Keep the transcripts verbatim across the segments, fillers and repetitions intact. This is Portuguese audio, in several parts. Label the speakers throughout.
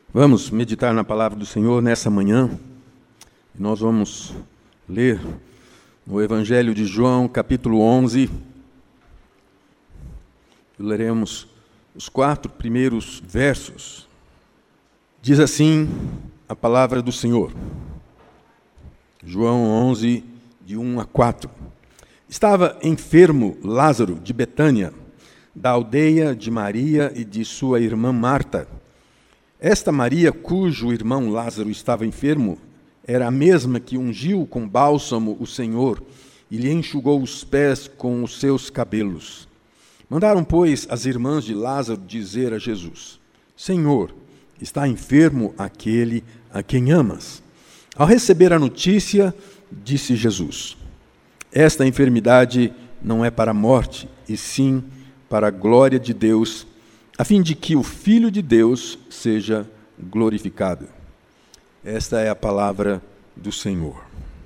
Speaker 1: Vamos meditar na palavra do Senhor nessa manhã. Nós vamos ler no Evangelho de João, capítulo onze. Leremos os quatro primeiros versos. Diz assim a palavra do Senhor. João onze, de um a quatro. Estava enfermo Lázaro de Betânia, da aldeia de Maria e de sua irmã Marta. Esta Maria, cujo irmão Lázaro estava enfermo, era a mesma que ungiu com bálsamo o Senhor e lhe enxugou os pés com os seus cabelos. Mandaram, pois, as irmãs de Lázaro dizer a Jesus: Senhor, está enfermo aquele a quem amas. Ao receber a notícia, disse Jesus: Esta enfermidade não é para a morte, e sim para a glória de Deus, a fim de que o Filho de Deus seja glorificado. Esta é a palavra do Senhor.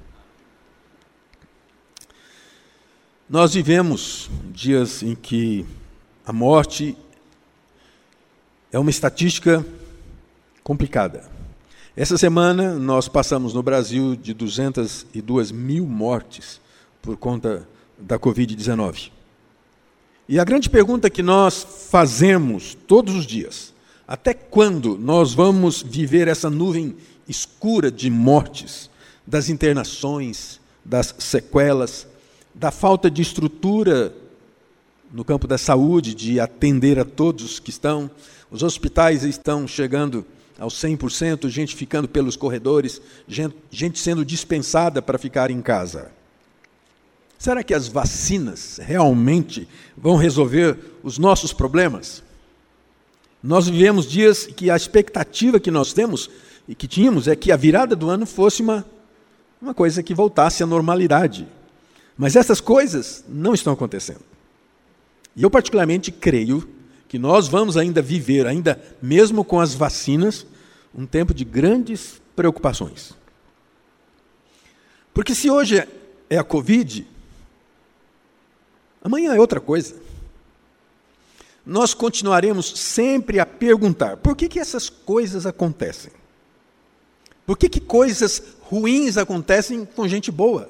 Speaker 1: Nós vivemos dias em que a morte é uma estatística complicada. Essa semana nós passamos no Brasil de duzentas e duas mil mortes por conta da covid dezenove. E a grande pergunta que nós fazemos todos os dias: até quando nós vamos viver essa nuvem escura de mortes, das internações, das sequelas, da falta de estrutura no campo da saúde, de atender a todos que estão? Os hospitais estão chegando aos cem por cento, gente ficando pelos corredores, gente, gente sendo dispensada para ficar em casa. Será que as vacinas realmente vão resolver os nossos problemas? Nós vivemos dias que a expectativa que nós temos e que tínhamos é que a virada do ano fosse uma, uma coisa que voltasse à normalidade. Mas essas coisas não estão acontecendo. E eu particularmente creio que nós vamos ainda viver, ainda mesmo com as vacinas, um tempo de grandes preocupações. Porque se hoje é a Covid, amanhã é outra coisa. Nós continuaremos sempre a perguntar: por que que essas coisas acontecem? Por que que coisas ruins acontecem com gente boa?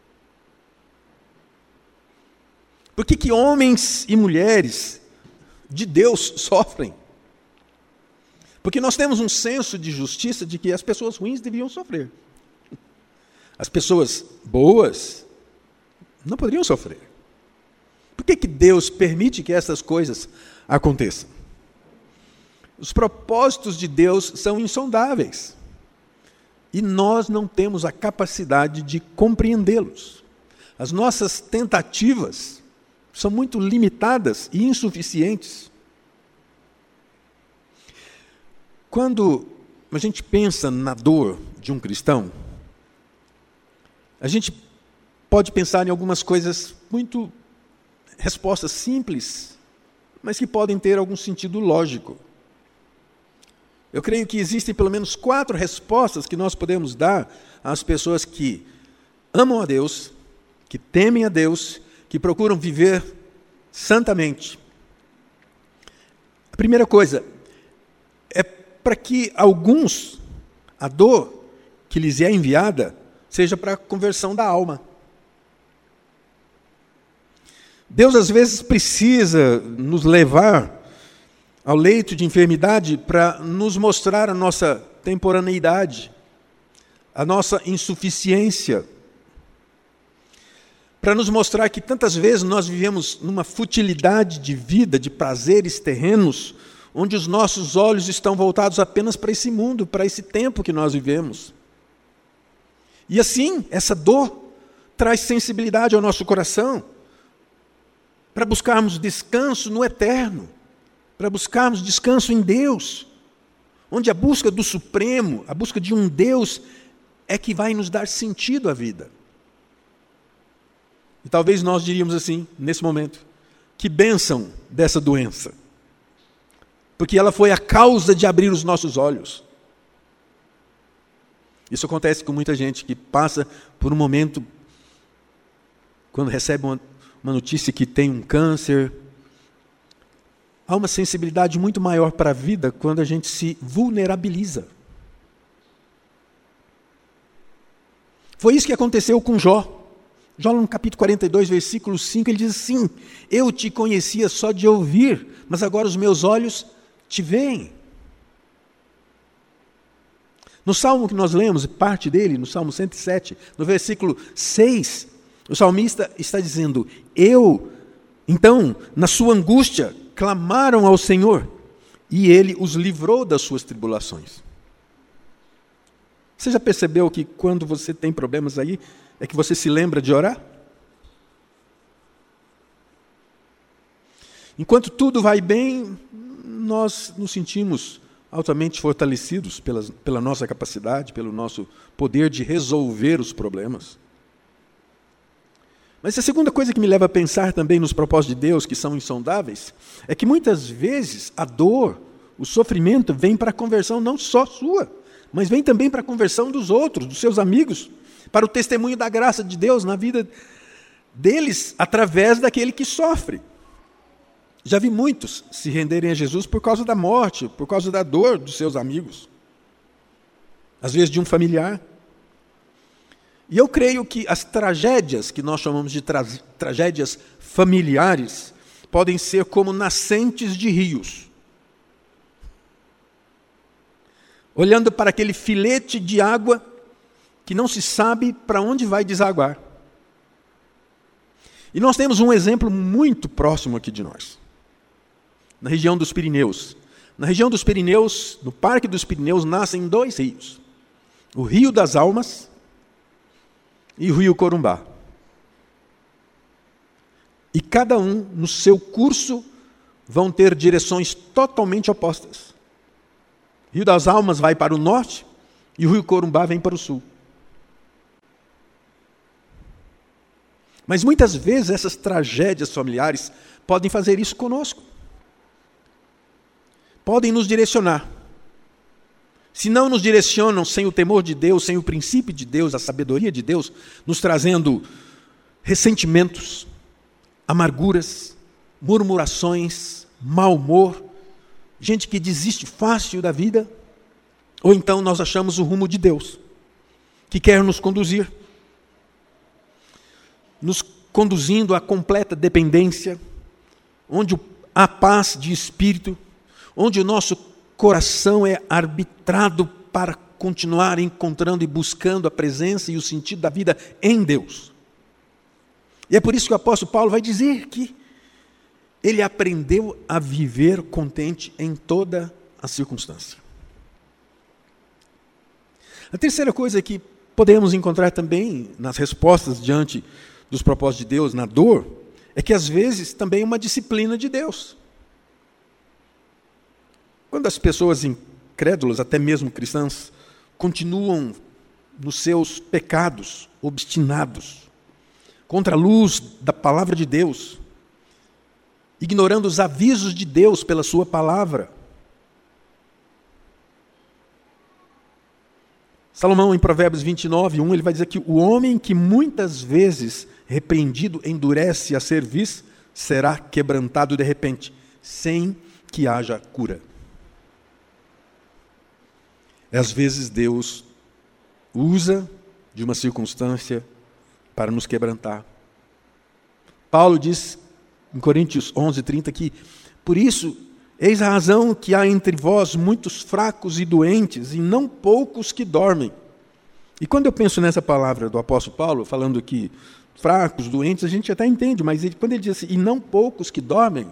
Speaker 1: Por que que homens e mulheres de Deus sofrem? Porque nós temos um senso de justiça de que as pessoas ruins deviam sofrer. As pessoas boas não poderiam sofrer. Por que que Deus permite que essas coisas aconteçam? Os propósitos de Deus são insondáveis. E nós não temos a capacidade de compreendê-los. As nossas tentativas são muito limitadas e insuficientes. Quando a gente pensa na dor de um cristão, a gente pode pensar em algumas coisas muito respostas simples, mas que podem ter algum sentido lógico. Eu creio que existem pelo menos quatro respostas que nós podemos dar às pessoas que amam a Deus, que temem a Deus, que procuram viver santamente. A primeira coisa é para que alguns, a dor que lhes é enviada seja para a conversão da alma. Deus, às vezes, precisa nos levar ao leito de enfermidade para nos mostrar a nossa temporaneidade, a nossa insuficiência, para nos mostrar que tantas vezes nós vivemos numa futilidade de vida, de prazeres terrenos, onde os nossos olhos estão voltados apenas para esse mundo, para esse tempo que nós vivemos. E assim, essa dor traz sensibilidade ao nosso coração, para buscarmos descanso no eterno, para buscarmos descanso em Deus, onde a busca do Supremo, a busca de um Deus, é que vai nos dar sentido à vida. E talvez nós diríamos assim, nesse momento: que bênção dessa doença, porque ela foi a causa de abrir os nossos olhos. Isso acontece com muita gente que passa por um momento, quando recebe uma, uma notícia que tem um câncer, há uma sensibilidade muito maior para a vida quando a gente se vulnerabiliza. Foi isso que aconteceu com Jó. Jó, no capítulo quarenta e dois, versículo cinco, ele diz assim: eu te conhecia só de ouvir, mas agora os meus olhos te veem. No salmo que nós lemos, parte dele, no Salmo cento e sete, no versículo seis, o salmista está dizendo: eu, então, na sua angústia, clamaram ao Senhor, e Ele os livrou das suas tribulações. Você já percebeu que quando você tem problemas aí, é que você se lembra de orar? Enquanto tudo vai bem, nós nos sentimos altamente fortalecidos pela, pela nossa capacidade, pelo nosso poder de resolver os problemas. Mas a segunda coisa que me leva a pensar também nos propósitos de Deus, que são insondáveis, é que muitas vezes a dor, o sofrimento vem para a conversão não só sua, mas vem também para a conversão dos outros, dos seus amigos, para o testemunho da graça de Deus na vida deles, através daquele que sofre. Já vi muitos se renderem a Jesus por causa da morte, por causa da dor dos seus amigos, às vezes de um familiar. E eu creio que as tragédias, que nós chamamos de tra- tragédias familiares, podem ser como nascentes de rios. Olhando para aquele filete de água que não se sabe para onde vai desaguar. E nós temos um exemplo muito próximo aqui de nós, na região dos Pirineus. Na região dos Pirineus, no Parque dos Pirineus, nascem dois rios. O Rio das Almas e o Rio Corumbá. E cada um, no seu curso, vão ter direções totalmente opostas. O Rio das Almas vai para o norte e o Rio Corumbá vem para o sul. Mas muitas vezes essas tragédias familiares podem fazer isso conosco. Podem nos direcionar. Se não nos direcionam sem o temor de Deus, sem o princípio de Deus, a sabedoria de Deus, nos trazendo ressentimentos, amarguras, murmurações, mau humor, gente que desiste fácil da vida, ou então nós achamos o rumo de Deus, que quer nos conduzir, nos conduzindo à completa dependência, onde há paz de espírito, onde o nosso coração é arbitrado para continuar encontrando e buscando a presença e o sentido da vida em Deus. E é por isso que o apóstolo Paulo vai dizer que ele aprendeu a viver contente em toda a circunstância. A terceira coisa que podemos encontrar também nas respostas diante dos propósitos de Deus, na dor, é que às vezes também é uma disciplina de Deus. Quando as pessoas incrédulas, até mesmo cristãs, continuam nos seus pecados, obstinados, contra a luz da palavra de Deus, ignorando os avisos de Deus pela sua palavra. Salomão, em Provérbios vinte e nove, um, ele vai dizer que o homem que muitas vezes repreendido endurece a cerviz, será quebrantado de repente, sem que haja cura. Às vezes Deus usa de uma circunstância para nos quebrantar. Paulo diz em Coríntios onze, trinta que, por isso, eis a razão que há entre vós muitos fracos e doentes, e não poucos que dormem. E quando eu penso nessa palavra do apóstolo Paulo, falando que fracos, doentes, a gente até entende, mas ele, quando ele diz assim, e não poucos que dormem,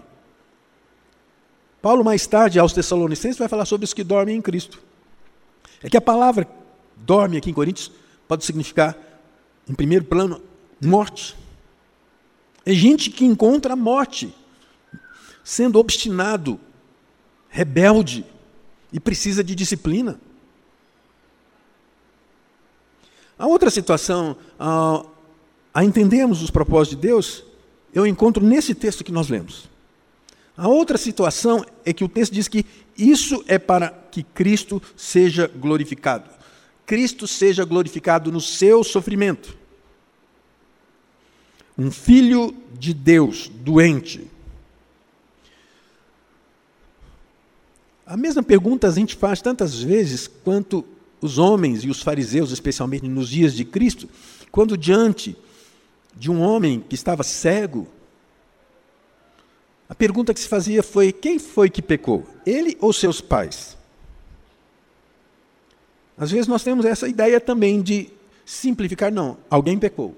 Speaker 1: Paulo mais tarde, aos Tessalonicenses, vai falar sobre os que dormem em Cristo. É que a palavra dorme aqui em Coríntios pode significar, em primeiro plano, morte. É gente que encontra a morte, sendo obstinado, rebelde e precisa de disciplina. A outra situação, a, a entendermos os propósitos de Deus, eu encontro nesse texto que nós lemos. A outra situação é que o texto diz que isso é para que Cristo seja glorificado. Cristo seja glorificado no seu sofrimento. Um filho de Deus doente, A mesma pergunta a gente faz tantas vezes quanto os homens e os fariseus, especialmente nos dias de Cristo, quando diante de um homem que estava cego, a pergunta que se fazia foi: quem foi que pecou? Ele ou seus pais? Às vezes nós temos essa ideia também de simplificar, não, alguém pecou.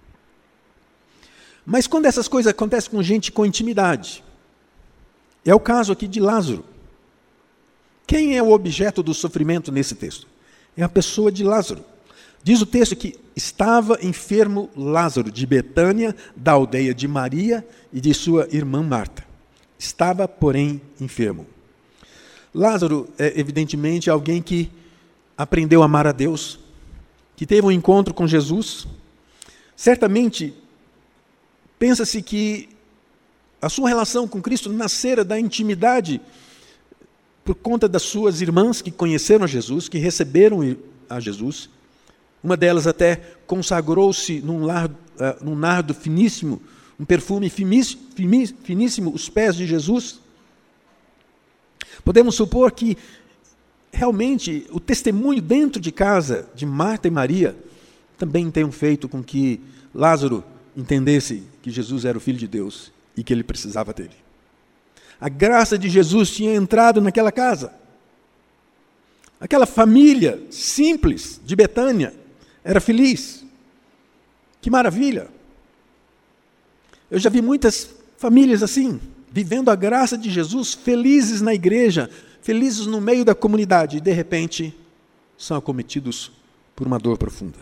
Speaker 1: Mas quando essas coisas acontecem com gente com intimidade, é o caso aqui de Lázaro. Quem é o objeto do sofrimento nesse texto? É a pessoa de Lázaro. Diz o texto que estava enfermo Lázaro, de Betânia, da aldeia de Maria e de sua irmã Marta. Estava, porém, enfermo. Lázaro é, evidentemente, alguém que aprendeu a amar a Deus, que teve um encontro com Jesus. Certamente, pensa-se que a sua relação com Cristo nascera da intimidade por conta das suas irmãs que conheceram Jesus, que receberam a Jesus. Uma delas até consagrou-se num, lar, uh, num nardo finíssimo, um perfume finíssimo, finíssimo, os pés de Jesus. Podemos supor que, realmente, o testemunho dentro de casa de Marta e Maria também tenham feito com que Lázaro entendesse que Jesus era o Filho de Deus e que ele precisava dele. A graça de Jesus tinha entrado naquela casa. Aquela família simples de Betânia era feliz. Que maravilha! Eu já vi muitas famílias assim, vivendo a graça de Jesus, felizes na igreja, felizes no meio da comunidade, e de repente são acometidos por uma dor profunda.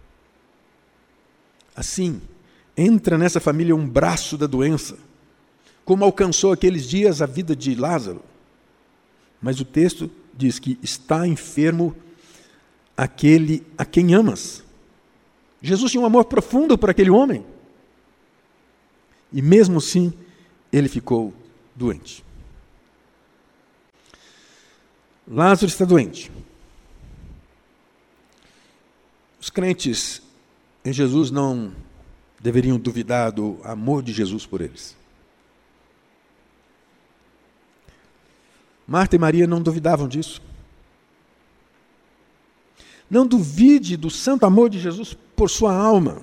Speaker 1: Assim, entra nessa família um braço da doença, como alcançou aqueles dias a vida de Lázaro. Mas o texto diz que está enfermo aquele a quem amas. Jesus tinha um amor profundo por aquele homem. E mesmo assim, ele ficou doente. Lázaro está doente. Os crentes em Jesus não deveriam duvidar do amor de Jesus por eles. Marta e Maria não duvidavam disso. Não duvide do santo amor de Jesus por sua alma.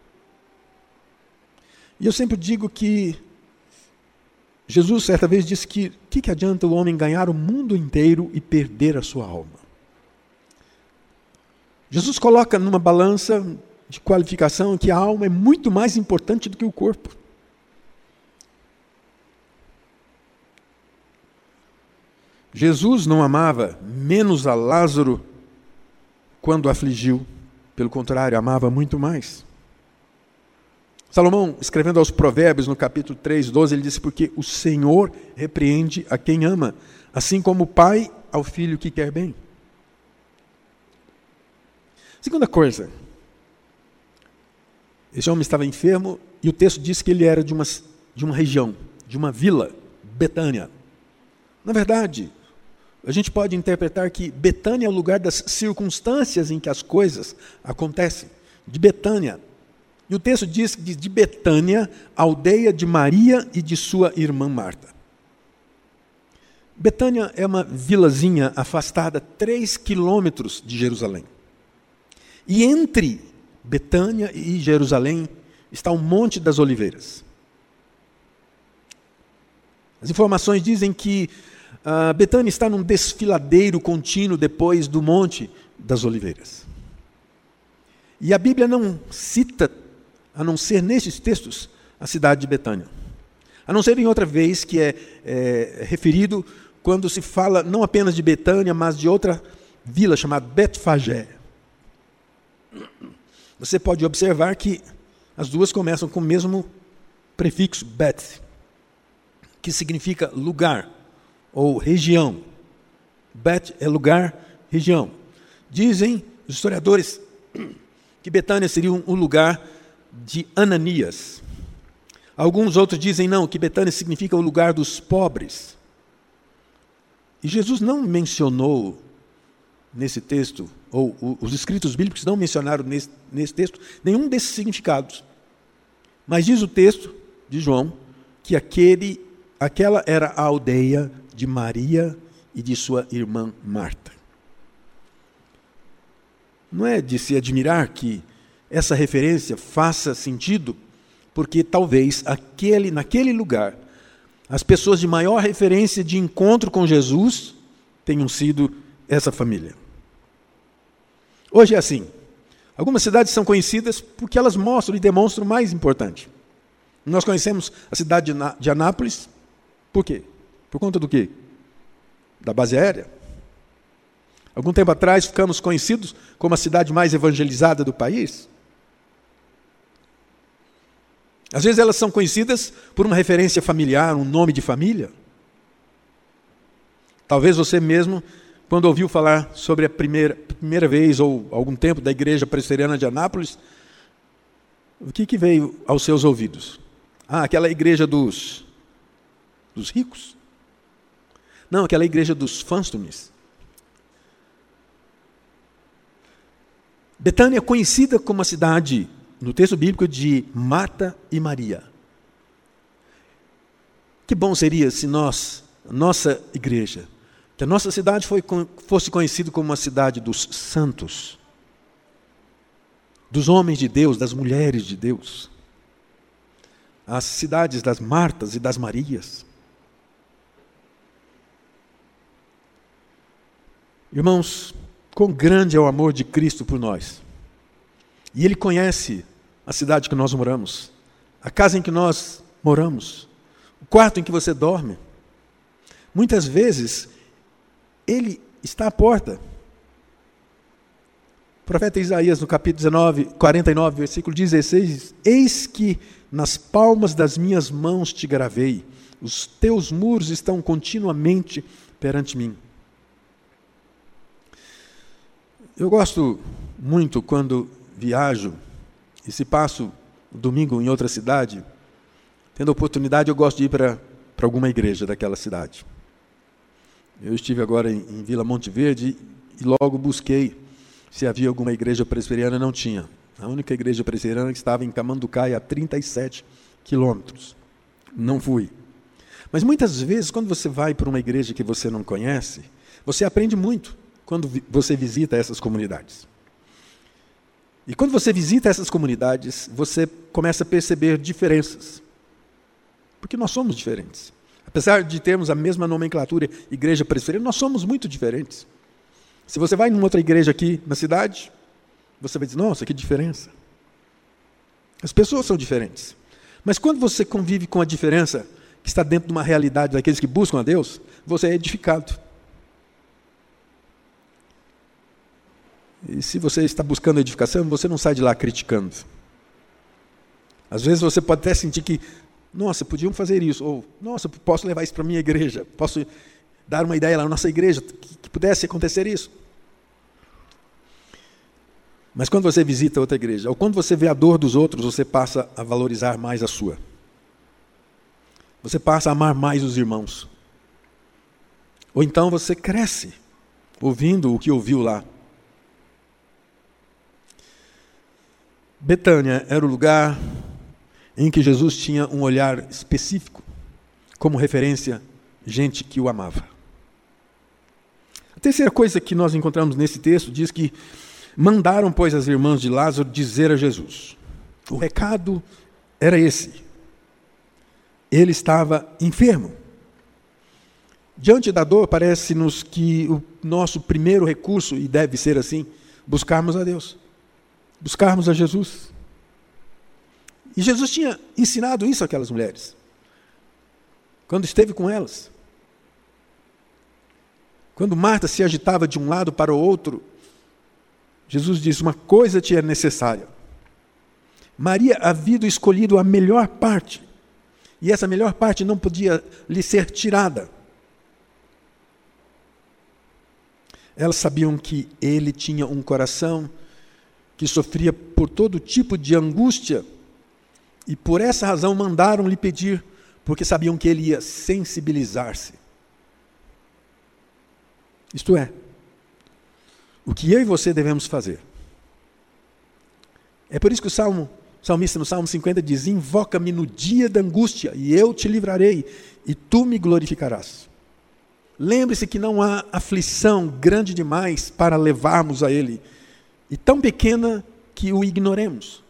Speaker 1: E eu sempre digo que Jesus, certa vez, disse que o que, que adianta o homem ganhar o mundo inteiro e perder a sua alma? Jesus coloca numa balança de qualificação que a alma é muito mais importante do que o corpo. Jesus não amava menos a Lázaro quando o afligiu. Pelo contrário, amava muito mais. Salomão, escrevendo aos Provérbios, no capítulo três, doze, ele disse: porque o Senhor repreende a quem ama, assim como o pai ao filho que quer bem. Segunda coisa, esse homem estava enfermo e o texto diz que ele era de uma, de uma região, de uma vila, Betânia. Na verdade, a gente pode interpretar que Betânia é o lugar das circunstâncias em que as coisas acontecem. De Betânia. E o texto diz que de Betânia, aldeia de Maria e de sua irmã Marta. Betânia é uma vilazinha afastada três quilômetros de Jerusalém. E entre Betânia e Jerusalém está o Monte das Oliveiras. As informações dizem que Uh, Betânia está num desfiladeiro contínuo depois do Monte das Oliveiras. E a Bíblia não cita, a não ser nesses textos, a cidade de Betânia. A não ser em outra vez que é, é referido quando se fala não apenas de Betânia, mas de outra vila chamada Betfagé. Você pode observar que as duas começam com o mesmo prefixo, Bet, que significa lugar ou região. Bet é lugar, região. Dizem os historiadores que Betânia seria um lugar de Ananias. Alguns outros dizem não, que Betânia significa o lugar dos pobres. E Jesus não mencionou nesse texto, ou os escritos bíblicos não mencionaram nesse, nesse texto, nenhum desses significados. Mas diz o texto de João que aquele, aquela era a aldeia de Maria e de sua irmã Marta. Não é de se admirar que essa referência faça sentido, porque talvez aquele, naquele lugar, as pessoas de maior referência de encontro com Jesus tenham sido essa família. Hoje é assim. Algumas cidades são conhecidas porque elas mostram e demonstram o mais importante. Nós conhecemos a cidade de Anápolis, por quê? Por conta do quê? Da base aérea. Algum tempo atrás ficamos conhecidos como a cidade mais evangelizada do país. Às vezes elas são conhecidas por uma referência familiar, um nome de família. Talvez você mesmo, quando ouviu falar sobre a primeira, primeira vez ou algum tempo da igreja presbiteriana de Anápolis, o que, que veio aos seus ouvidos? Ah, aquela igreja dos, dos ricos? Não, aquela igreja dos fãstumes. Betânia é conhecida como a cidade, no texto bíblico, de Marta e Maria. Que bom seria se nós, nossa igreja, que a nossa cidade foi, fosse conhecida como uma cidade dos santos, dos homens de Deus, das mulheres de Deus, as cidades das Martas e das Marias. Irmãos, quão grande é o amor de Cristo por nós. E Ele conhece a cidade que nós moramos, a casa em que nós moramos, o quarto em que você dorme. Muitas vezes, Ele está à porta. O profeta Isaías, no capítulo dezenove, quarenta e nove, versículo dezesseis, diz: eis que nas palmas das minhas mãos te gravei, os teus muros estão continuamente perante mim. Eu gosto muito quando viajo e se passo o domingo em outra cidade, tendo a oportunidade, eu gosto de ir para, para alguma igreja daquela cidade. Eu estive agora em, em Vila Monte Verde e logo busquei se havia alguma igreja presbiteriana. Não tinha. A única igreja presbiteriana que estava em Camanducaia, a trinta e sete quilômetros. Não fui. Mas muitas vezes, quando você vai para uma igreja que você não conhece, você aprende muito quando você visita essas comunidades. E quando você visita essas comunidades, você começa a perceber diferenças. Porque nós somos diferentes. Apesar de termos a mesma nomenclatura, igreja presbiteriana, nós somos muito diferentes. Se você vai numa outra igreja aqui na cidade, você vai dizer: nossa, que diferença. As pessoas são diferentes. Mas quando você convive com a diferença que está dentro de uma realidade daqueles que buscam a Deus, você é edificado. E se você está buscando edificação, você não sai de lá criticando. Às vezes você pode até sentir que, nossa, podiam fazer isso, ou, nossa, posso levar isso para a minha igreja, posso dar uma ideia lá na nossa igreja, que, que pudesse acontecer isso. Mas quando você visita outra igreja, ou quando você vê a dor dos outros, você passa a valorizar mais a sua. Você passa a amar mais os irmãos. Ou então você cresce, ouvindo o que ouviu lá. Betânia era o lugar em que Jesus tinha um olhar específico, como referência, gente que o amava. A terceira coisa que nós encontramos nesse texto diz que mandaram, pois, as irmãs de Lázaro dizer a Jesus. O recado era esse. Ele estava enfermo. Diante da dor, parece-nos que o nosso primeiro recurso, e deve ser assim, buscarmos a Deus. Buscarmos a Jesus. E Jesus tinha ensinado isso àquelas mulheres, quando esteve com elas. Quando Marta se agitava de um lado para o outro, Jesus disse: uma coisa te é necessária. Maria havia escolhido a melhor parte, e essa melhor parte não podia lhe ser tirada. Elas sabiam que ele tinha um coração que sofria por todo tipo de angústia, e por essa razão mandaram lhe pedir, porque sabiam que ele ia sensibilizar-se. Isto é, o que eu e você devemos fazer. É por isso que o Salmo, o salmista no Salmo cinquenta diz: invoca-me no dia da angústia, e eu te livrarei, e tu me glorificarás. lembre-se que não há aflição grande demais para levarmos a Ele, e tão pequena que o ignoremos.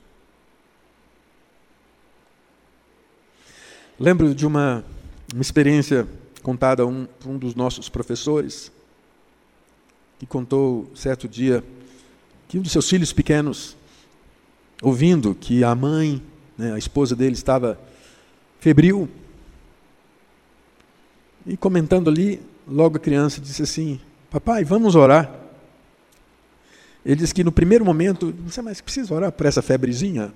Speaker 1: Lembro de uma, uma experiência contada a um, por um dos nossos professores, que contou certo dia que um dos seus filhos pequenos, ouvindo que a mãe, né, a esposa dele, estava febril, e comentando ali, logo a criança disse assim: papai, vamos orar. Ele disse que no primeiro momento, não sei mais, precisa orar por essa febrezinha?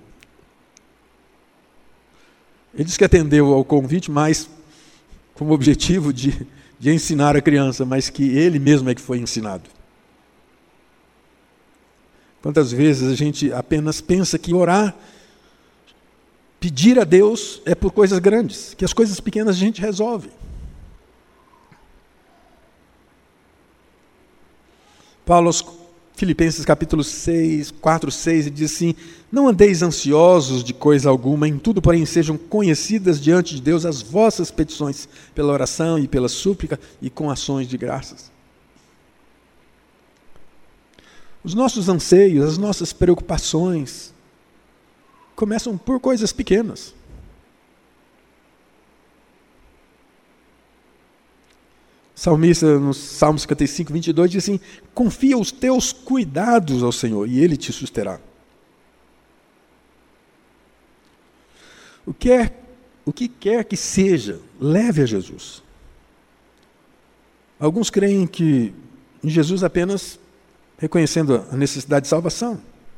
Speaker 1: Ele disse que atendeu ao convite, mas com o objetivo de, de ensinar a criança, mas que ele mesmo é que foi ensinado. Quantas vezes a gente apenas pensa que orar, pedir a Deus é por coisas grandes, que as coisas pequenas a gente resolve. Paulo, aos Filipenses capítulo seis, quatro, seis, ele diz assim: não andeis ansiosos de coisa alguma, em tudo, porém, sejam conhecidas diante de Deus as vossas petições, pela oração e pela súplica e com ações de graças. Os nossos anseios, as nossas preocupações começam por coisas pequenas. O salmista, no Salmo cinquenta e cinco, vinte e dois, diz assim: confia os teus cuidados ao Senhor e Ele te susterá. O que, é, o que quer que seja, leve a Jesus. Alguns creem que em Jesus apenas reconhecendo a necessidade de salvação.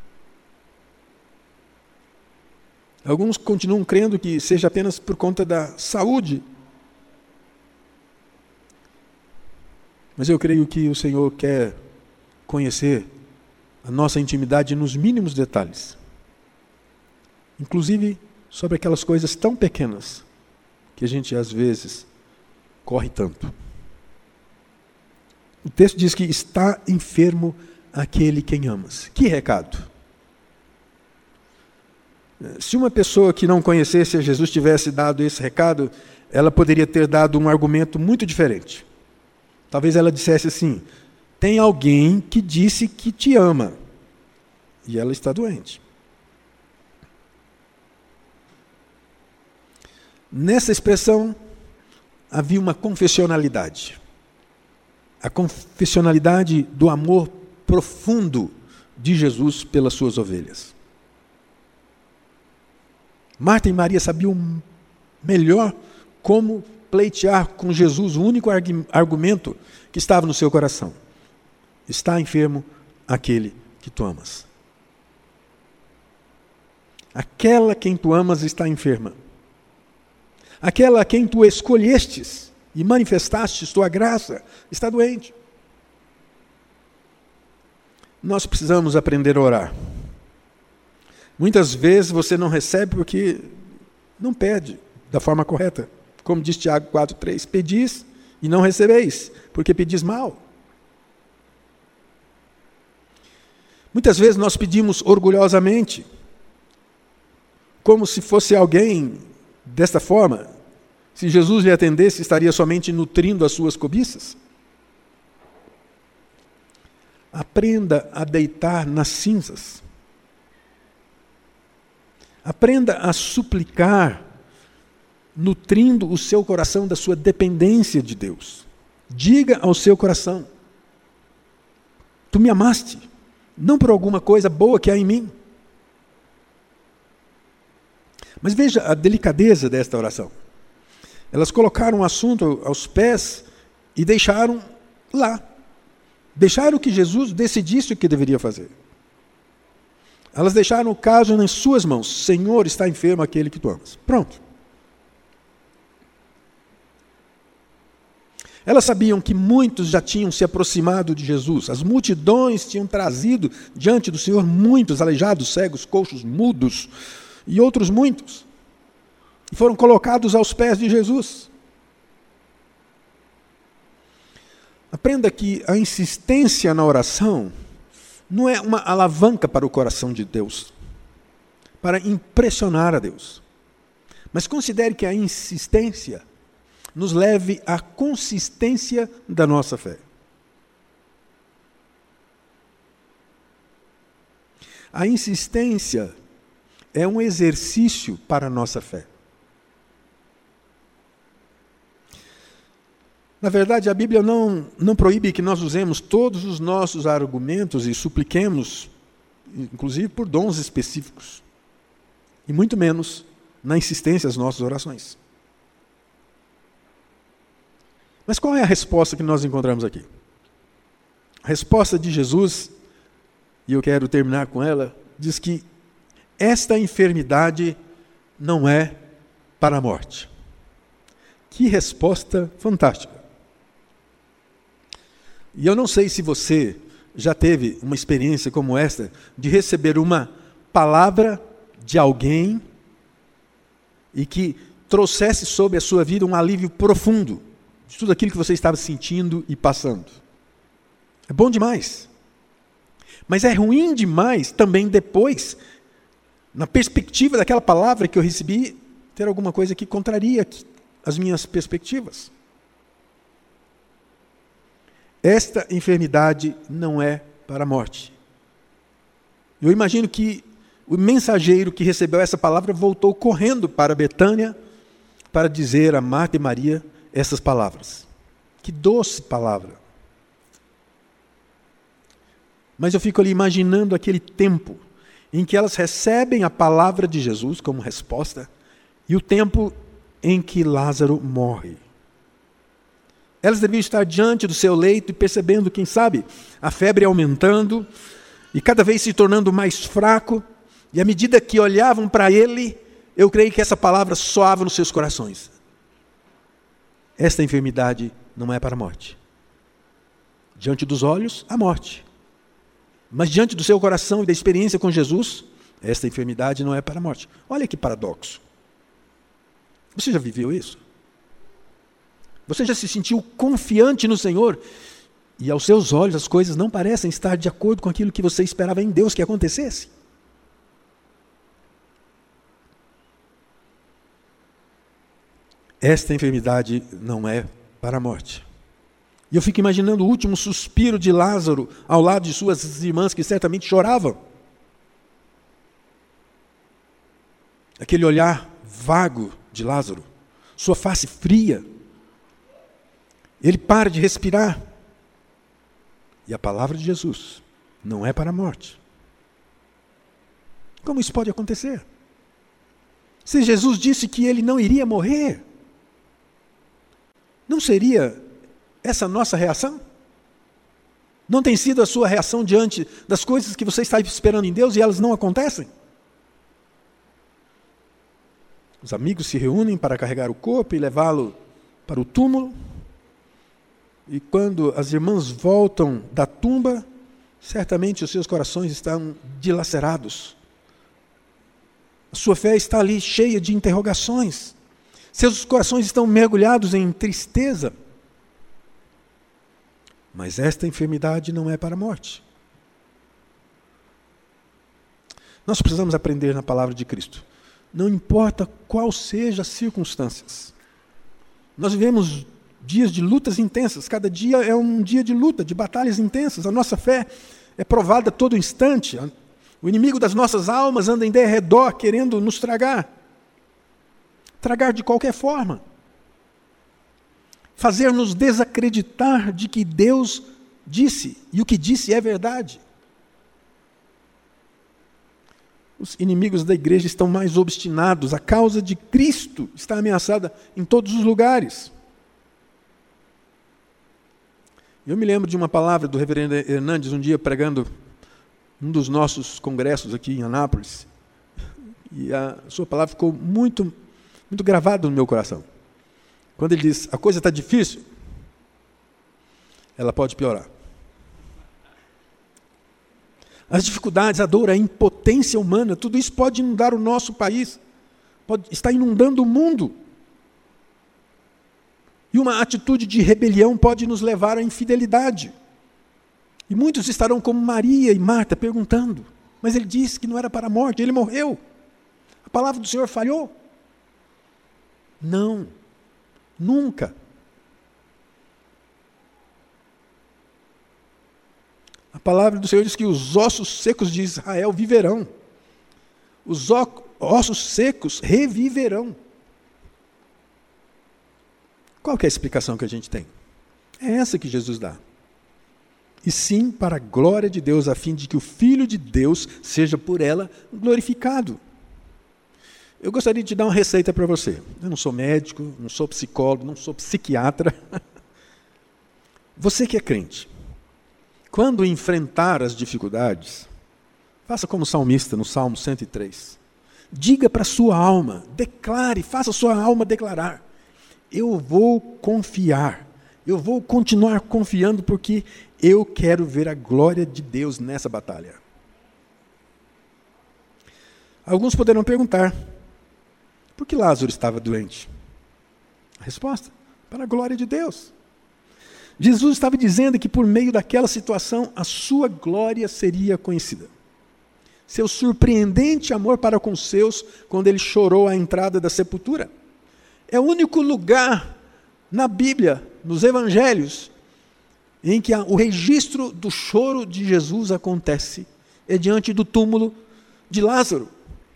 Speaker 1: Alguns continuam crendo que seja apenas por conta da saúde. Mas eu creio que o Senhor quer conhecer a nossa intimidade nos mínimos detalhes. Inclusive sobre aquelas coisas tão pequenas que a gente às vezes corre tanto. O texto diz que está enfermo aquele quem amas. Que recado? Se uma pessoa que não conhecesse a Jesus tivesse dado esse recado, ela poderia ter dado um argumento muito diferente. Talvez ela dissesse assim: tem alguém que disse que te ama e ela está doente. Nessa expressão havia uma confessionalidade. A confessionalidade do amor profundo de Jesus pelas suas ovelhas. Marta e Maria sabiam melhor como pleitear com Jesus o único argumento que estava no seu coração: está enfermo aquele que tu amas. Aquela quem tu amas está enferma. Aquela a quem tu escolhestes e manifestastes tua graça está doente. Nós precisamos aprender a orar. Muitas vezes você não recebe porque não pede da forma correta. Como diz Tiago quatro, três, pedis e não recebeis, porque pedis mal. Muitas vezes nós pedimos orgulhosamente, como se fosse alguém desta forma. Se Jesus lhe atendesse, estaria somente nutrindo as suas cobiças. Aprenda a deitar nas cinzas. Aprenda a suplicar, nutrindo o seu coração da sua dependência de Deus. Diga ao seu coração: tu me amaste, não por alguma coisa boa que há em mim. Mas veja a delicadeza desta oração. Elas colocaram o assunto aos pés e deixaram lá. Deixaram que Jesus decidisse o que deveria fazer. Elas deixaram o caso nas suas mãos. Senhor, está enfermo aquele que tu amas. Pronto. Elas sabiam que muitos já tinham se aproximado de Jesus. As multidões tinham trazido diante do Senhor muitos aleijados, cegos, coxos, mudos e outros muitos. E foram colocados aos pés de Jesus. Aprenda que a insistência na oração não é uma alavanca para o coração de Deus, para impressionar a Deus. Mas considere que a insistência nos leve à consistência da nossa fé. A insistência é um exercício para a nossa fé. Na verdade, a Bíblia não, não proíbe que nós usemos todos os nossos argumentos e supliquemos, inclusive por dons específicos, e muito menos na insistência às nossas orações. Mas qual é a resposta que nós encontramos aqui? A resposta de Jesus, e eu quero terminar com ela, diz que esta enfermidade não é para a morte. Que resposta fantástica! E eu não sei se você já teve uma experiência como esta, de receber uma palavra de alguém e que trouxesse sobre a sua vida um alívio profundo de tudo aquilo que você estava sentindo e passando. É bom demais. Mas é ruim demais também depois, na perspectiva daquela palavra que eu recebi, ter alguma coisa que contraria as minhas perspectivas. Esta enfermidade não é para a morte. Eu imagino que o mensageiro que recebeu essa palavra voltou correndo para Betânia para dizer a Marta e Maria essas palavras. Que doce palavra. Mas eu fico ali imaginando aquele tempo em que elas recebem a palavra de Jesus como resposta e o tempo em que Lázaro morre. Elas deviam estar diante do seu leito e percebendo, quem sabe, a febre aumentando e cada vez se tornando mais fraco. E à medida que olhavam para ele, eu creio que essa palavra soava nos seus corações. Esta enfermidade não é para a morte. Diante dos olhos, a morte. Mas diante do seu coração e da experiência com Jesus, esta enfermidade não é para a morte. Olha que paradoxo. Você já viveu isso? Você já se sentiu confiante no Senhor e aos seus olhos as coisas não parecem estar de acordo com aquilo que você esperava em Deus que acontecesse? Esta enfermidade não é para a morte. E eu fico imaginando o último suspiro de Lázaro ao lado de suas irmãs que certamente choravam. Aquele olhar vago de Lázaro, sua face fria. Ele para de respirar. E a palavra de Jesus não é para a morte. Como isso pode acontecer? Se Jesus disse que ele não iria morrer, não seria essa a nossa reação? Não tem sido a sua reação diante das coisas que você está esperando em Deus e elas não acontecem? Os amigos se reúnem para carregar o corpo e levá-lo para o túmulo. E quando as irmãs voltam da tumba, certamente os seus corações estão dilacerados. A sua fé está ali cheia de interrogações. Seus corações estão mergulhados em tristeza. Mas esta enfermidade não é para a morte. Nós precisamos aprender na palavra de Cristo. Não importa qual seja as circunstâncias. Nós vivemos dias de lutas intensas. Cada dia é um dia de luta, de batalhas intensas. A nossa fé é provada a todo instante. O inimigo das nossas almas anda em derredor querendo nos tragar. Tragar de qualquer forma. Fazer-nos desacreditar de que Deus disse, e o que disse é verdade. Os inimigos da igreja estão mais obstinados. A causa de Cristo está ameaçada em todos os lugares. Eu me lembro de uma palavra do reverendo Hernandes, um dia pregando um dos nossos congressos aqui em Anápolis. E a sua palavra ficou muito, muito gravada no meu coração. Quando ele diz, a coisa está difícil, ela pode piorar. As dificuldades, a dor, a impotência humana, tudo isso pode inundar o nosso país, pode estar inundando o mundo. E uma atitude de rebelião pode nos levar à infidelidade. E muitos estarão como Maria e Marta perguntando, mas ele disse que não era para a morte, ele morreu. A palavra do Senhor falhou? Não. Nunca. A palavra do Senhor diz que os ossos secos de Israel viverão. Os ossos secos reviverão. Qual que é a explicação que a gente tem? É essa que Jesus dá. E sim, para a glória de Deus, a fim de que o Filho de Deus seja por ela glorificado. Eu gostaria de dar uma receita para você. Eu não sou médico, não sou psicólogo, não sou psiquiatra. Você que é crente, quando enfrentar as dificuldades, faça como o salmista no Salmo cento e três. Diga para a sua alma, declare, faça a sua alma declarar. Eu vou confiar, eu vou continuar confiando porque eu quero ver a glória de Deus nessa batalha. Alguns poderão perguntar, por que Lázaro estava doente? A resposta, para a glória de Deus. Jesus estava dizendo que por meio daquela situação a sua glória seria conhecida. Seu surpreendente amor para com os seus quando ele chorou à entrada da sepultura. É o único lugar na Bíblia, nos Evangelhos, em que o registro do choro de Jesus acontece. É diante do túmulo de Lázaro.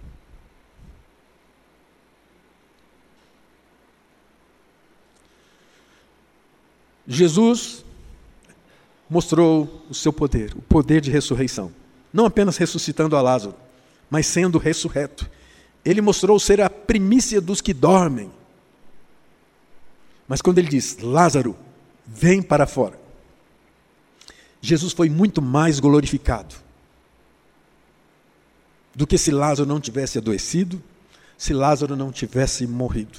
Speaker 1: Jesus mostrou o seu poder, o poder de ressurreição. Não apenas ressuscitando a Lázaro, mas sendo ressurreto. Ele mostrou ser a primícia dos que dormem. Mas quando ele diz, Lázaro, vem para fora, Jesus foi muito mais glorificado do que se Lázaro não tivesse adoecido, se Lázaro não tivesse morrido.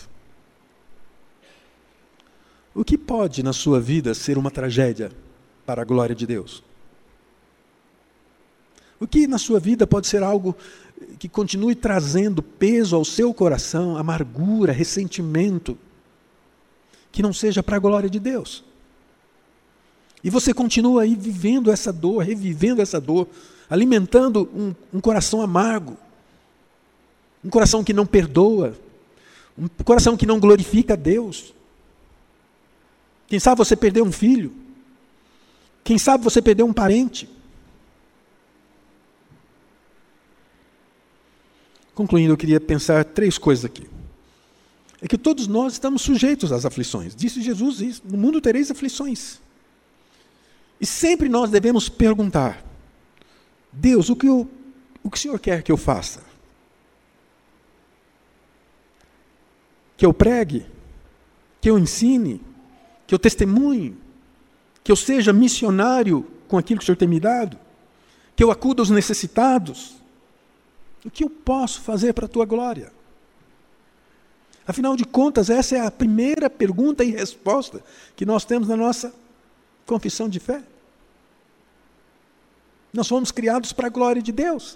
Speaker 1: O que pode na sua vida ser uma tragédia para a glória de Deus? O que na sua vida pode ser algo que continue trazendo peso ao seu coração, amargura, ressentimento, que não seja para a glória de Deus? E você continua aí vivendo essa dor, revivendo essa dor, alimentando um, um coração amargo, um coração que não perdoa, um coração que não glorifica a Deus. Quem sabe você perdeu um filho, quem sabe você perdeu um parente. Concluindo, eu queria pensar três coisas aqui. É que todos nós estamos sujeitos às aflições. Disse Jesus isso, no mundo tereis aflições. E sempre nós devemos perguntar, Deus, o que, eu, o que o Senhor quer que eu faça? Que eu pregue? Que eu ensine? Que eu testemunhe? Que eu seja missionário com aquilo que o Senhor tem me dado? Que eu acuda aos necessitados? O que eu posso fazer para a tua glória? Afinal de contas, essa é a primeira pergunta e resposta que nós temos na nossa confissão de fé. Nós fomos criados para a glória de Deus.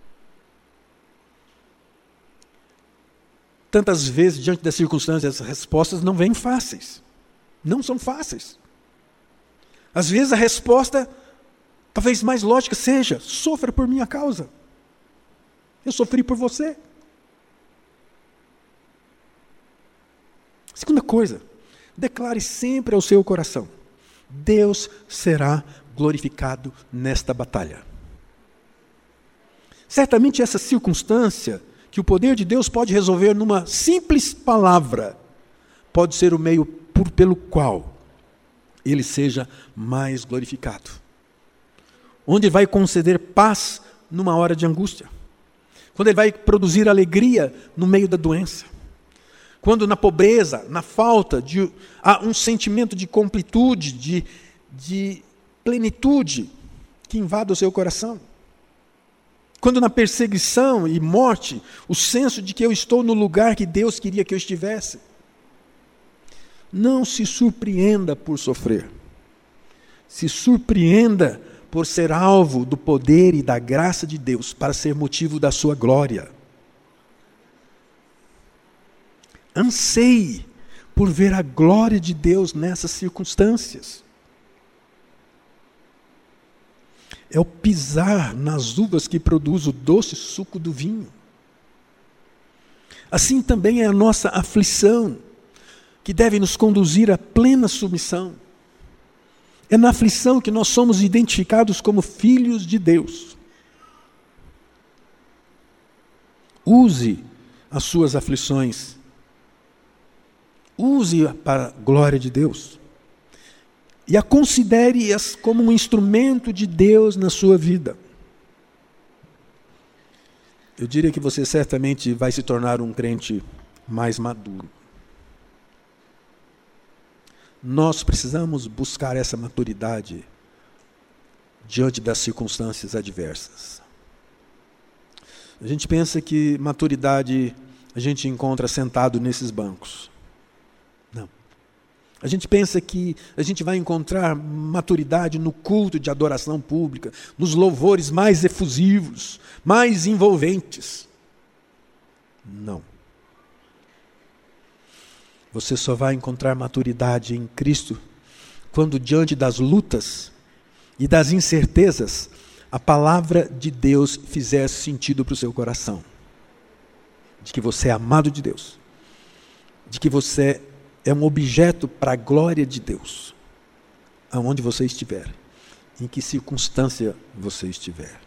Speaker 1: Tantas vezes, diante das circunstâncias, as respostas não vêm fáceis. Não são fáceis. Às vezes a resposta, talvez mais lógica, seja, sofra por minha causa. Eu sofri por você. Segunda coisa, declare sempre ao seu coração, Deus será glorificado nesta batalha. Certamente essa circunstância, que o poder de Deus pode resolver numa simples palavra, pode ser o meio por, pelo qual Ele seja mais glorificado. Onde vai conceder paz numa hora de angústia. Quando Ele vai produzir alegria no meio da doença. Quando na pobreza, na falta, de, há um sentimento de completude, de, de plenitude que invade o seu coração. Quando na perseguição e morte, o senso de que eu estou no lugar que Deus queria que eu estivesse. Não se surpreenda por sofrer. Se surpreenda por ser alvo do poder e da graça de Deus para ser motivo da sua glória. Anseie por ver a glória de Deus nessas circunstâncias. É o pisar nas uvas que produz o doce suco do vinho. Assim também é a nossa aflição. que deve nos conduzir à plena submissão. É na aflição que nós somos identificados como filhos de Deus. Use as suas aflições. Use para a glória de Deus. E a considere-as como um instrumento de Deus na sua vida. Eu diria que você certamente vai se tornar um crente mais maduro. Nós precisamos buscar essa maturidade diante das circunstâncias adversas. A gente pensa que maturidade a gente encontra sentado nesses bancos. Não. A gente pensa que a gente vai encontrar maturidade no culto de adoração pública, nos louvores mais efusivos, mais envolventes. Não. Você só vai encontrar maturidade em Cristo quando, diante das lutas e das incertezas, a palavra de Deus fizer sentido para o seu coração. De que você é amado de Deus. De que você é um objeto para a glória de Deus. Aonde você estiver. Em que circunstância você estiver.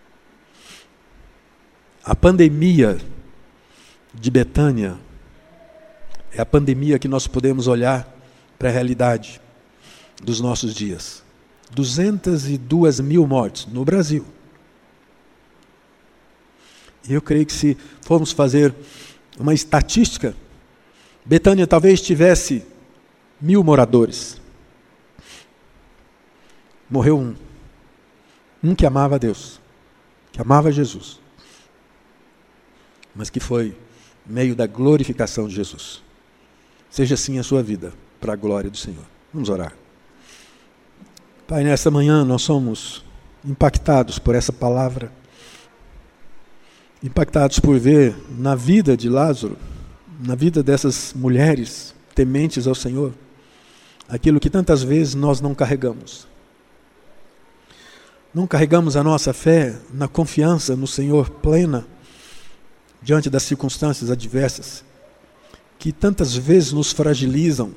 Speaker 1: A pandemia de Betânia é a pandemia que nós podemos olhar para a realidade dos nossos dias. duzentas e duas mil mortes no Brasil. E eu creio que se formos fazer uma estatística, Betânia talvez tivesse mil moradores. Morreu um. Um que amava a Deus, que amava Jesus, mas que foi meio da glorificação de Jesus. Seja assim a sua vida, para a glória do Senhor. Vamos orar. Pai, nesta manhã nós somos impactados por essa palavra, impactados por ver na vida de Lázaro, na vida dessas mulheres tementes ao Senhor, aquilo que tantas vezes nós não carregamos. Não carregamos a nossa fé na confiança no Senhor plena, diante das circunstâncias adversas, que tantas vezes nos fragilizam,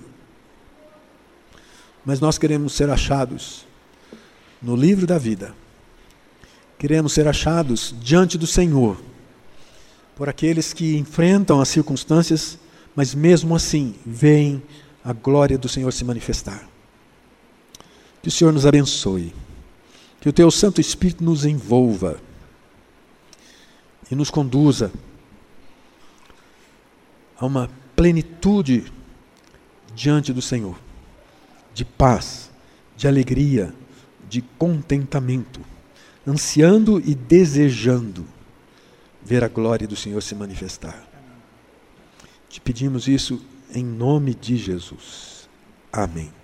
Speaker 1: mas nós queremos ser achados no livro da vida. Queremos ser achados diante do Senhor, por aqueles que enfrentam as circunstâncias, mas mesmo assim veem a glória do Senhor se manifestar. Que o Senhor nos abençoe, que o Teu Santo Espírito nos envolva e nos conduza a uma plenitude diante do Senhor, de paz, de alegria, de contentamento, ansiando e desejando ver a glória do Senhor se manifestar. Te pedimos isso em nome de Jesus. Amém.